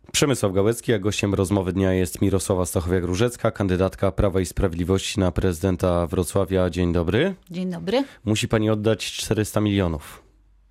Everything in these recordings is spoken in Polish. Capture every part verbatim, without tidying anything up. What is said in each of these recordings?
Przemysław Gałecki, a gościem rozmowy dnia jest Mirosława Stachowiak-Różecka, kandydatka Prawa i Sprawiedliwości na prezydenta Wrocławia. Dzień dobry. Dzień dobry. Musi pani oddać czterysta milionów.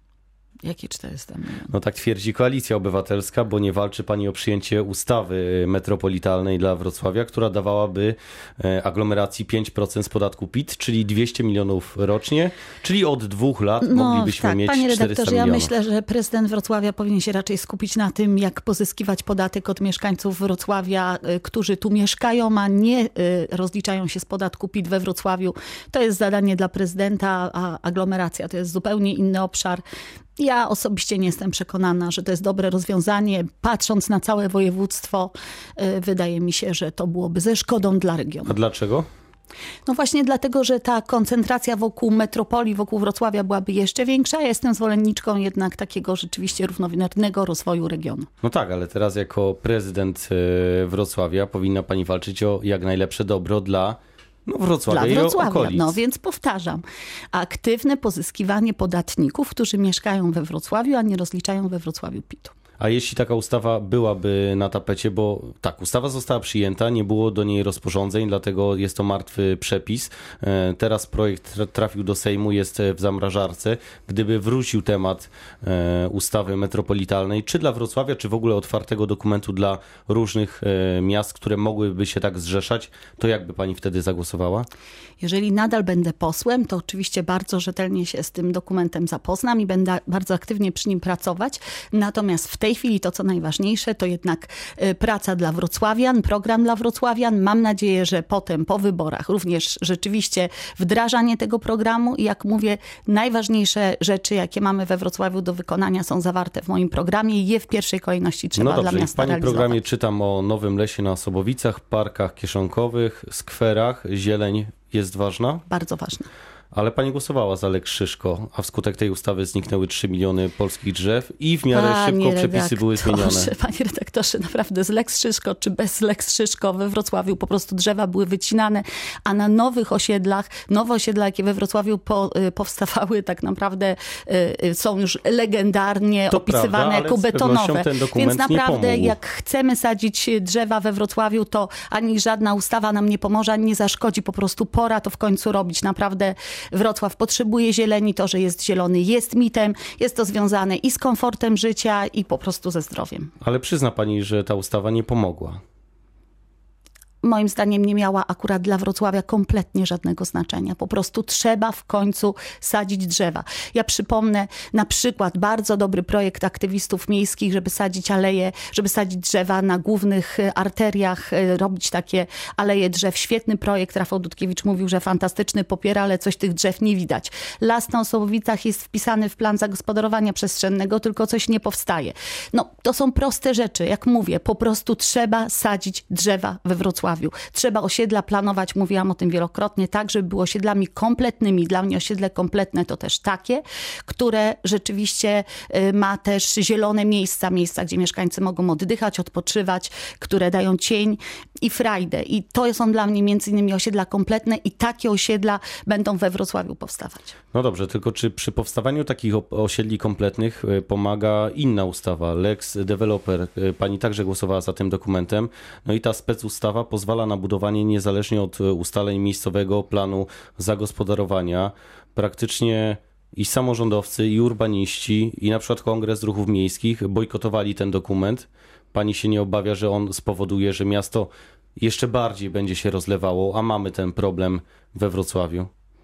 Jakie czterysta milionów? No tak twierdzi Koalicja Obywatelska, bo nie walczy pani o przyjęcie ustawy metropolitalnej dla Wrocławia, która dawałaby aglomeracji pięć procent z podatku P I T, czyli dwieście milionów rocznie, czyli od dwóch lat no, moglibyśmy tak, mieć panie czterysta redaktorze, milionów. Ja myślę, że prezydent Wrocławia powinien się raczej skupić na tym, jak pozyskiwać podatek od mieszkańców Wrocławia, którzy tu mieszkają, a nie rozliczają się z podatku P I T we Wrocławiu. To jest zadanie dla prezydenta, a aglomeracja to jest zupełnie inny obszar. Ja osobiście nie jestem przekonana, że to jest dobre rozwiązanie. Patrząc na całe województwo, wydaje mi się, że to byłoby ze szkodą dla regionu. A dlaczego? No właśnie dlatego, że ta koncentracja wokół metropolii, wokół Wrocławia byłaby jeszcze większa. Ja jestem zwolenniczką jednak takiego rzeczywiście równomiernego rozwoju regionu. No tak, ale teraz jako prezydent Wrocławia powinna pani walczyć o jak najlepsze dobro dla No Wrocławia, Dla Wrocławia. I okolic. No więc powtarzam, aktywne pozyskiwanie podatników, którzy mieszkają we Wrocławiu, a nie rozliczają we Wrocławiu P I T-u. A jeśli taka ustawa byłaby na tapecie, bo tak, ustawa została przyjęta, nie było do niej rozporządzeń, dlatego jest to martwy przepis. Teraz projekt trafił do Sejmu, jest w zamrażarce. Gdyby wrócił temat ustawy metropolitalnej, czy dla Wrocławia, czy w ogóle otwartego dokumentu dla różnych miast, które mogłyby się tak zrzeszać, to jak by pani wtedy zagłosowała? Jeżeli nadal będę posłem, to oczywiście bardzo rzetelnie się z tym dokumentem zapoznam i będę bardzo aktywnie przy nim pracować. Natomiast w tej chwili to, co najważniejsze, to jednak praca dla wrocławian, program dla wrocławian. Mam nadzieję, że potem po wyborach również rzeczywiście wdrażanie tego programu i jak mówię, najważniejsze rzeczy, jakie mamy we Wrocławiu do wykonania, są zawarte w moim programie i je w pierwszej kolejności trzeba no dobrze, dla miasta w pani realizować. programie czytam o nowym lesie na Sobowicach, parkach kieszonkowych, skwerach, zieleń jest ważna? Bardzo ważna. Ale pani głosowała za Lex Szyszko, a wskutek tej ustawy zniknęły trzy miliony polskich drzew i w miarę Panie szybko przepisy były zmienione. Panie redaktorze, naprawdę z Lex Szyszko czy bez Lex Szyszko we Wrocławiu po prostu drzewa były wycinane, a na nowych osiedlach, nowe osiedla, jakie we Wrocławiu po, powstawały, tak naprawdę y, są już legendarnie to opisywane prawda, jako ale betonowe. ten dokument Więc naprawdę nie pomógł. jak chcemy sadzić drzewa we Wrocławiu, to ani żadna ustawa nam nie pomoże, ani nie zaszkodzi. Po prostu pora to w końcu robić. Naprawdę Wrocław potrzebuje Potrzebuje zieleni, to, że jest zielony jest mitem, jest to związane i z komfortem życia i po prostu ze zdrowiem. Ale przyzna pani, że ta ustawa nie pomogła. Moim zdaniem nie miała akurat dla Wrocławia kompletnie żadnego znaczenia. Po prostu trzeba w końcu sadzić drzewa. Ja przypomnę na przykład bardzo dobry projekt aktywistów miejskich, żeby sadzić aleje, żeby sadzić drzewa na głównych arteriach, robić takie aleje drzew. Świetny projekt. Rafał Dudkiewicz mówił, że fantastyczny, popiera, ale coś tych drzew nie widać. Las na Osobowicach jest wpisany w plan zagospodarowania przestrzennego, tylko coś nie powstaje. No, to są proste rzeczy. Jak mówię, po prostu trzeba sadzić drzewa we Wrocławiu. Trzeba osiedla planować, mówiłam o tym wielokrotnie, tak, żeby były osiedlami kompletnymi. Dla mnie osiedle kompletne to też takie, które rzeczywiście ma też zielone miejsca, miejsca, gdzie mieszkańcy mogą oddychać, odpoczywać, które dają cień i frajdę. I to są dla mnie między innymi osiedla kompletne i takie osiedla będą we Wrocławiu powstawać. No dobrze, tylko czy przy powstawaniu takich osiedli kompletnych pomaga inna ustawa, Lex Developer? Pani także głosowała za tym dokumentem. No i ta specustawa pozwala na budowanie niezależnie od ustaleń miejscowego planu zagospodarowania. Praktycznie i samorządowcy, i urbaniści, i na przykład Kongres Ruchów Miejskich bojkotowali ten dokument. Pani się nie obawia, że on spowoduje, że miasto jeszcze bardziej będzie się rozlewało, a mamy ten problem we Wrocławiu?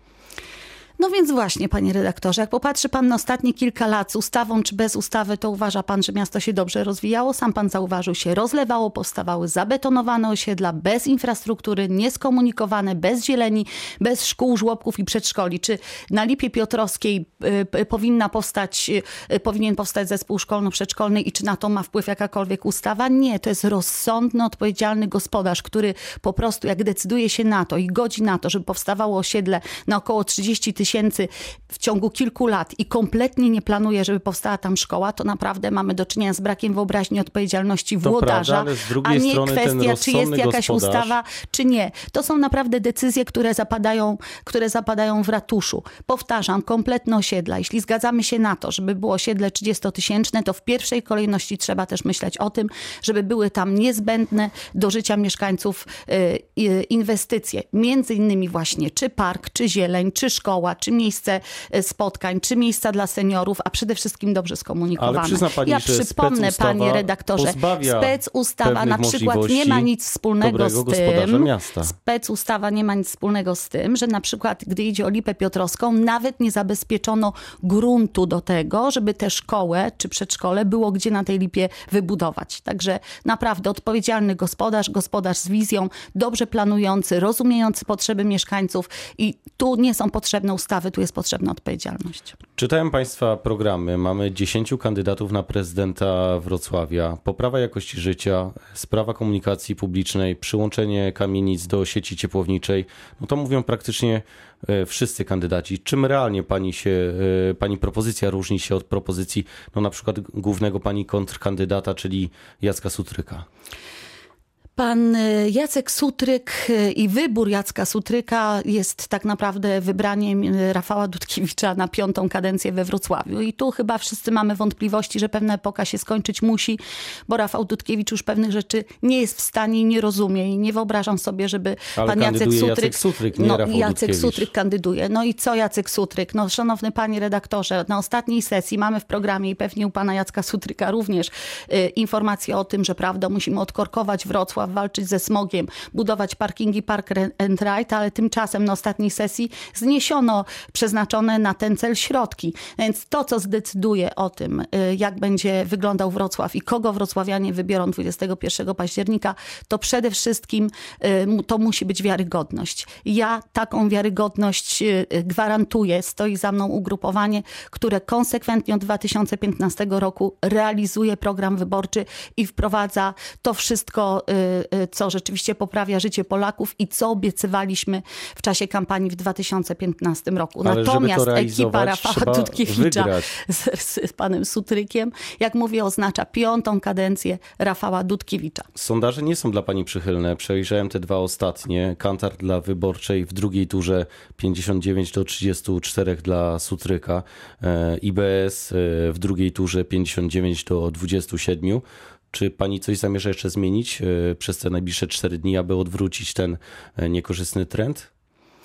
No więc właśnie, panie redaktorze, jak popatrzy pan na ostatnie kilka lat z ustawą czy bez ustawy, to uważa pan, że miasto się dobrze rozwijało? Sam pan zauważył, się rozlewało, powstawały zabetonowane osiedla, bez infrastruktury, nieskomunikowane, bez zieleni, bez szkół, żłobków i przedszkoli. Czy na Lipie Piotrowskiej y, y, powinna powstać, y, powinien powstać zespół szkolno-przedszkolny i czy na to ma wpływ jakakolwiek ustawa? Nie, to jest rozsądny, odpowiedzialny gospodarz, który po prostu jak decyduje się na to i godzi na to, żeby powstawało osiedle na około trzydzieści tysięcy tysięcy w ciągu kilku lat i kompletnie nie planuje, żeby powstała tam szkoła, to naprawdę mamy do czynienia z brakiem wyobraźni, odpowiedzialności włodarza, prawda, ale z drugiej a nie strony kwestia, czy jest jakaś gospodarz... ustawa, czy nie. To są naprawdę decyzje, które zapadają, które zapadają w ratuszu. Powtarzam, kompletne osiedla. Jeśli zgadzamy się na to, żeby było osiedle trzydziestotysięczne, to w pierwszej kolejności trzeba też myśleć o tym, żeby były tam niezbędne do życia mieszkańców inwestycje. Między innymi właśnie czy park, czy zieleń, czy szkoła, czy miejsce spotkań, czy miejsca dla seniorów, a przede wszystkim dobrze skomunikowane. Ale przyzna pani, ja że przypomnę, panie redaktorze, specustawa na przykład nie ma nic wspólnego z tym, miasta. specustawa nie ma nic wspólnego z tym, że na przykład gdy idzie o Lipę Piotrowską, nawet nie zabezpieczono gruntu do tego, żeby tę szkołę czy przedszkole było gdzie na tej Lipie wybudować. Także naprawdę odpowiedzialny gospodarz, gospodarz z wizją, dobrze planujący, rozumiejący potrzeby mieszkańców i tu nie są potrzebne ustawy, tu jest potrzebna odpowiedzialność. Czytałem państwa programy. Mamy dziesięciu kandydatów na prezydenta Wrocławia. Poprawa jakości życia, sprawa komunikacji publicznej, przyłączenie kamienic do sieci ciepłowniczej. No to mówią praktycznie wszyscy kandydaci. Czym realnie pani się, pani propozycja różni się od propozycji no na przykład głównego pani kontrkandydata, czyli Jacka Sutryka? Pan Jacek Sutryk i wybór Jacka Sutryka jest tak naprawdę wybraniem Rafała Dudkiewicza na piątą kadencję we Wrocławiu. I tu chyba wszyscy mamy wątpliwości, że pewna epoka się skończyć musi, bo Rafał Dudkiewicz już pewnych rzeczy nie jest w stanie i nie rozumie. I nie wyobrażam sobie, żeby Ale pan Jacek Sutryk... Jacek Sutryk, nie no, Rafał Jacek Dudkiewicz. Sutryk kandyduje. No i co Jacek Sutryk? No szanowny panie redaktorze, na ostatniej sesji mamy w programie i pewnie u pana Jacka Sutryka również y, informacje o tym, że prawda, musimy odkorkować Wrocław, walczyć ze smogiem, budować parkingi Park and Ride, ale tymczasem na ostatniej sesji zniesiono przeznaczone na ten cel środki. Więc to, co zdecyduje o tym, jak będzie wyglądał Wrocław i kogo wrocławianie wybiorą dwudziestego pierwszego października, to przede wszystkim to musi być wiarygodność. Ja taką wiarygodność gwarantuję. Stoi za mną ugrupowanie, które konsekwentnie od dwa tysiące piętnastego roku realizuje program wyborczy i wprowadza to wszystko, co rzeczywiście poprawia życie Polaków i co obiecywaliśmy w czasie kampanii w dwa tysiące piętnastym roku. Ale natomiast ekipa Rafała Dudkiewicza z, z panem Sutrykiem, jak mówię, oznacza piątą kadencję Rafała Dudkiewicza. Sondaże nie są dla pani przychylne. Przejrzałem te dwa ostatnie. Kantar dla Wyborczej w drugiej turze pięćdziesiąt dziewięć do trzydziestu czterech dla Sutryka. I B S w drugiej turze pięćdziesiąt dziewięć do dwudziestu siedmiu. Czy pani coś zamierza jeszcze zmienić przez te najbliższe cztery dni, aby odwrócić ten niekorzystny trend?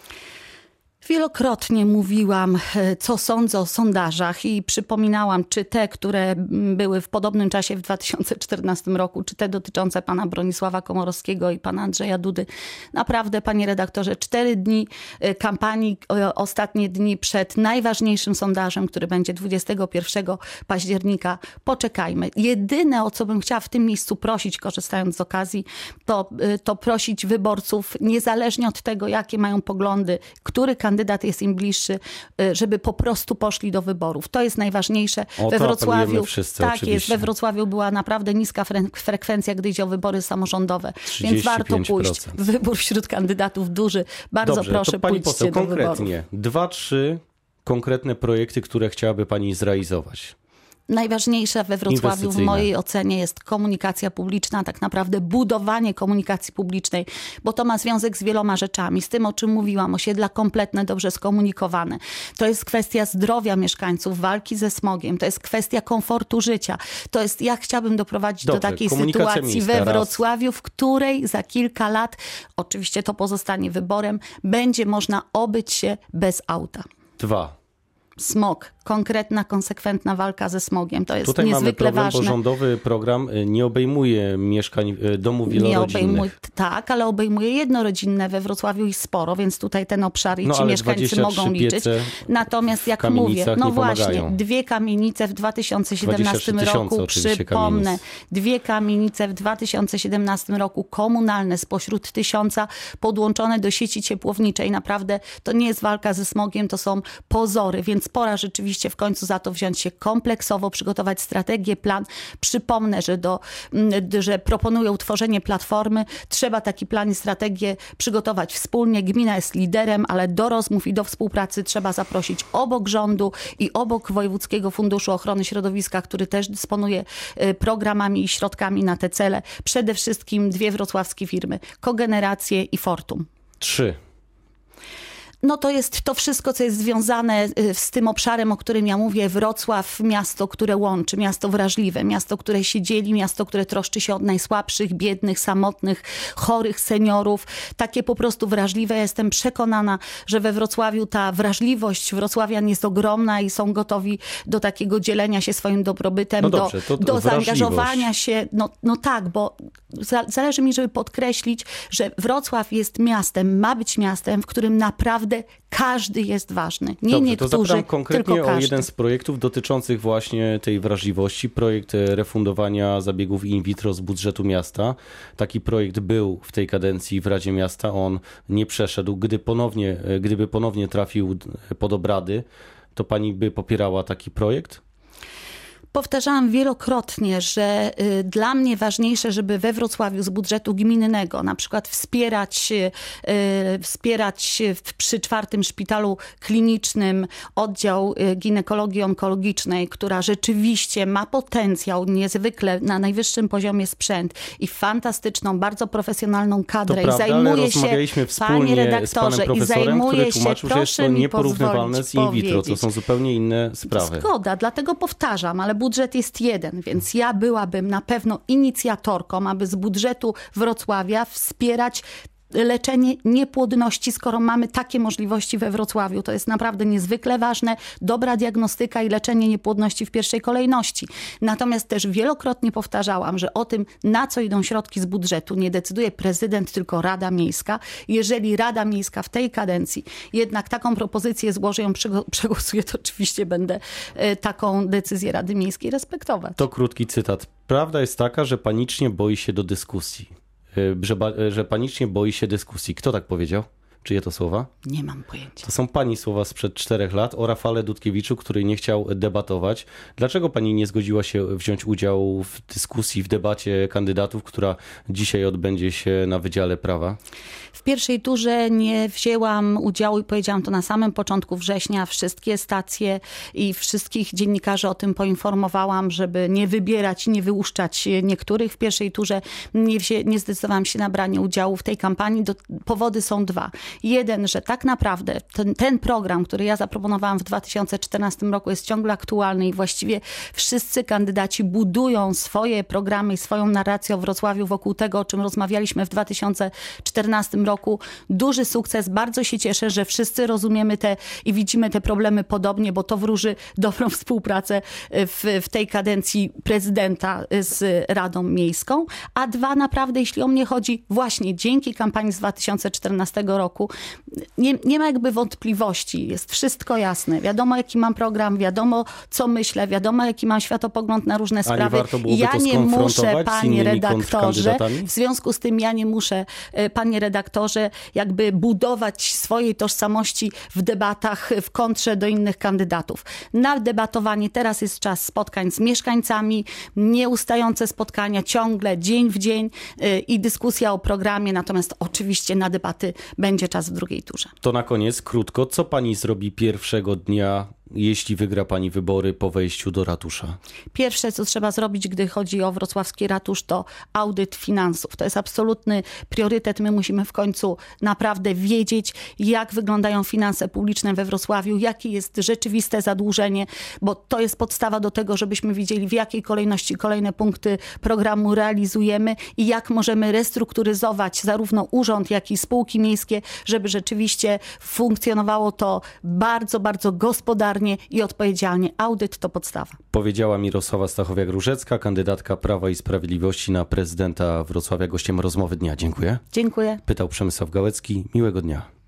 Wielokrotnie mówiłam, co sądzę o sondażach i przypominałam, czy te, które były w podobnym czasie w dwa tysiące czternastym roku, czy te dotyczące pana Bronisława Komorowskiego i pana Andrzeja Dudy. Naprawdę, panie redaktorze, cztery dni kampanii, ostatnie dni przed najważniejszym sondażem, który będzie dwudziestego pierwszego października. Poczekajmy. Jedyne, o co bym chciała w tym miejscu prosić, korzystając z okazji, to, to prosić wyborców, niezależnie od tego, jakie mają poglądy, który kandydat jest im bliższy, żeby po prostu poszli do wyborów. To jest najważniejsze. O, we Wrocławiu wszyscy, tak oczywiście. jest, we Wrocławiu była naprawdę niska fre- frekwencja, gdy idzie o wybory samorządowe. Więc warto pójść. Wybór wśród kandydatów duży. Bardzo Dobrze, proszę, to pani pójdźcie poseł, do konkretnie. wyborów. Dwa, trzy konkretne projekty, które chciałaby pani zrealizować. Najważniejsze we Wrocławiu w mojej ocenie jest komunikacja publiczna, tak naprawdę budowanie komunikacji publicznej, bo to ma związek z wieloma rzeczami. Z tym, o czym mówiłam, osiedla kompletne, dobrze skomunikowane. To jest kwestia zdrowia mieszkańców, walki ze smogiem. To jest kwestia komfortu życia. To jest, ja chciałabym doprowadzić Dobrze, do takiej sytuacji we Wrocławiu, w której za kilka lat, oczywiście to pozostanie wyborem, będzie można obyć się bez auta. Dwa. Smog. Konkretna, konsekwentna walka ze smogiem. To jest Tutaj niezwykle mamy problem, ważne. bo rządowy program nie obejmuje mieszkań, domów wielorodzinnych. Nie obejmuje, tak, ale obejmuje jednorodzinne. We Wrocławiu i sporo, więc tutaj ten obszar i no, ci mieszkańcy mogą liczyć. Natomiast jak mówię, no właśnie, pomagają. dwie kamienice w dwa tysiące siedemnastym roku, przypomnę, kamienic. dwie kamienice w dwa tysiące siedemnastym roku komunalne spośród tysiąca podłączone do sieci ciepłowniczej. Naprawdę to nie jest walka ze smogiem, to są pozory, więc pora rzeczywiście rzeczywiście w końcu za to wziąć się kompleksowo, przygotować strategię, plan. Przypomnę, że, do, że proponuję utworzenie platformy. Trzeba taki plan i strategię przygotować wspólnie. Gmina jest liderem, ale do rozmów i do współpracy trzeba zaprosić obok rządu i obok Wojewódzkiego Funduszu Ochrony Środowiska, który też dysponuje programami i środkami na te cele. Przede wszystkim dwie wrocławskie firmy. Kogenerację i Fortum. Trzy. No to jest to wszystko, co jest związane z tym obszarem, o którym ja mówię. Wrocław, miasto, które łączy, miasto wrażliwe, miasto, które się dzieli, miasto, które troszczy się o najsłabszych, biednych, samotnych, chorych, seniorów. Takie po prostu wrażliwe. Ja jestem przekonana, że we Wrocławiu ta wrażliwość wrocławian jest ogromna i są gotowi do takiego dzielenia się swoim dobrobytem, no dobrze, do, do zaangażowania się. No, no tak, bo za, zależy mi, żeby podkreślić, że Wrocław jest miastem, ma być miastem, w którym naprawdę każdy jest ważny. Nie Dobrze, niektórzy, to zapytam konkretnie tylko o każdy. jeden z projektów dotyczących właśnie tej wrażliwości. Projekt refundowania zabiegów in vitro z budżetu miasta. Taki projekt był w tej kadencji w Radzie Miasta. On nie przeszedł. Gdy ponownie, gdyby ponownie trafił pod obrady, to pani by popierała taki projekt? Powtarzałam wielokrotnie, że y, dla mnie ważniejsze, żeby we Wrocławiu z budżetu gminnego na przykład wspierać, y, wspierać w, przy czwartym szpitalu klinicznym oddział y, ginekologii onkologicznej, która rzeczywiście ma potencjał, niezwykle na najwyższym poziomie sprzęt i fantastyczną, bardzo profesjonalną kadrę. To prawda, I zajmuje ale się, rozmawialiśmy wspólnie panie redaktorze, z panem profesorem, i zajmuje który się, tłumaczył, że jest to nieporównywalne z in vitro. To są zupełnie inne sprawy. Zgoda, dlatego powtarzam, ale budżet jest jeden, więc ja byłabym na pewno inicjatorką, aby z budżetu Wrocławia wspierać leczenie niepłodności, skoro mamy takie możliwości we Wrocławiu. To jest naprawdę niezwykle ważne. Dobra diagnostyka i leczenie niepłodności w pierwszej kolejności. Natomiast też wielokrotnie powtarzałam, że o tym, na co idą środki z budżetu, nie decyduje prezydent, tylko Rada Miejska. Jeżeli Rada Miejska w tej kadencji jednak taką propozycję złoży, ją przegłosuje, to oczywiście będę taką decyzję Rady Miejskiej respektować. To krótki cytat. Prawda jest taka, że panicznie boi się do dyskusji. Że, że panicznie boi się dyskusji. Kto tak powiedział? Czyje to słowa? Nie mam pojęcia. To są pani słowa sprzed czterech lat o Rafale Dudkiewiczu, który nie chciał debatować. Dlaczego pani nie zgodziła się wziąć udziału w dyskusji, w debacie kandydatów, która dzisiaj odbędzie się na Wydziale Prawa? W pierwszej turze nie wzięłam udziału i powiedziałam to na samym początku września. Wszystkie stacje i wszystkich dziennikarzy o tym poinformowałam, żeby nie wybierać i nie wyłuszczać niektórych. W pierwszej turze nie, wzię, nie zdecydowałam się na branie udziału w tej kampanii. Do, powody są dwa. Jeden, że tak naprawdę ten, ten program, który ja zaproponowałam w dwa tysiące czternastym roku, jest ciągle aktualny i właściwie wszyscy kandydaci budują swoje programy i swoją narrację o Wrocławiu wokół tego, o czym rozmawialiśmy w dwa tysiące czternastym roku. Duży sukces. Bardzo się cieszę, że wszyscy rozumiemy te i widzimy te problemy podobnie, bo to wróży dobrą współpracę w, w tej kadencji prezydenta z Radą Miejską. A dwa, naprawdę, jeśli o mnie chodzi, właśnie dzięki kampanii z dwa tysiące czternastego roku, nie, nie ma jakby wątpliwości. Jest wszystko jasne. Wiadomo, jaki mam program, wiadomo, co myślę, wiadomo, jaki mam światopogląd na różne sprawy. A nie warto byłoby ja to nie muszę, z panie redaktorze, w związku z tym ja nie muszę, panie redaktorze, jakby budować swojej tożsamości w debatach w kontrze do innych kandydatów. Na debatowanie teraz jest czas spotkań z mieszkańcami, nieustające spotkania ciągle, dzień w dzień i dyskusja o programie, natomiast oczywiście na debaty będzie czas w drugiej turze. To na koniec, krótko, co pani zrobi pierwszego dnia, jeśli wygra pani wybory po wejściu do ratusza? Pierwsze, co trzeba zrobić, gdy chodzi o wrocławski ratusz, to audyt finansów. To jest absolutny priorytet. My musimy w końcu naprawdę wiedzieć, jak wyglądają finanse publiczne we Wrocławiu, jakie jest rzeczywiste zadłużenie, bo to jest podstawa do tego, żebyśmy widzieli, w jakiej kolejności kolejne punkty programu realizujemy i jak możemy restrukturyzować zarówno urząd, jak i spółki miejskie, żeby rzeczywiście funkcjonowało to bardzo, bardzo gospodarnie i odpowiedzialnie. Audyt to podstawa. Powiedziała Mirosława Stachowiak-Różecka, kandydatka Prawa i Sprawiedliwości na prezydenta Wrocławia, gościem rozmowy dnia. Dziękuję. Dziękuję. Pytał Przemysław Gałecki. Miłego dnia.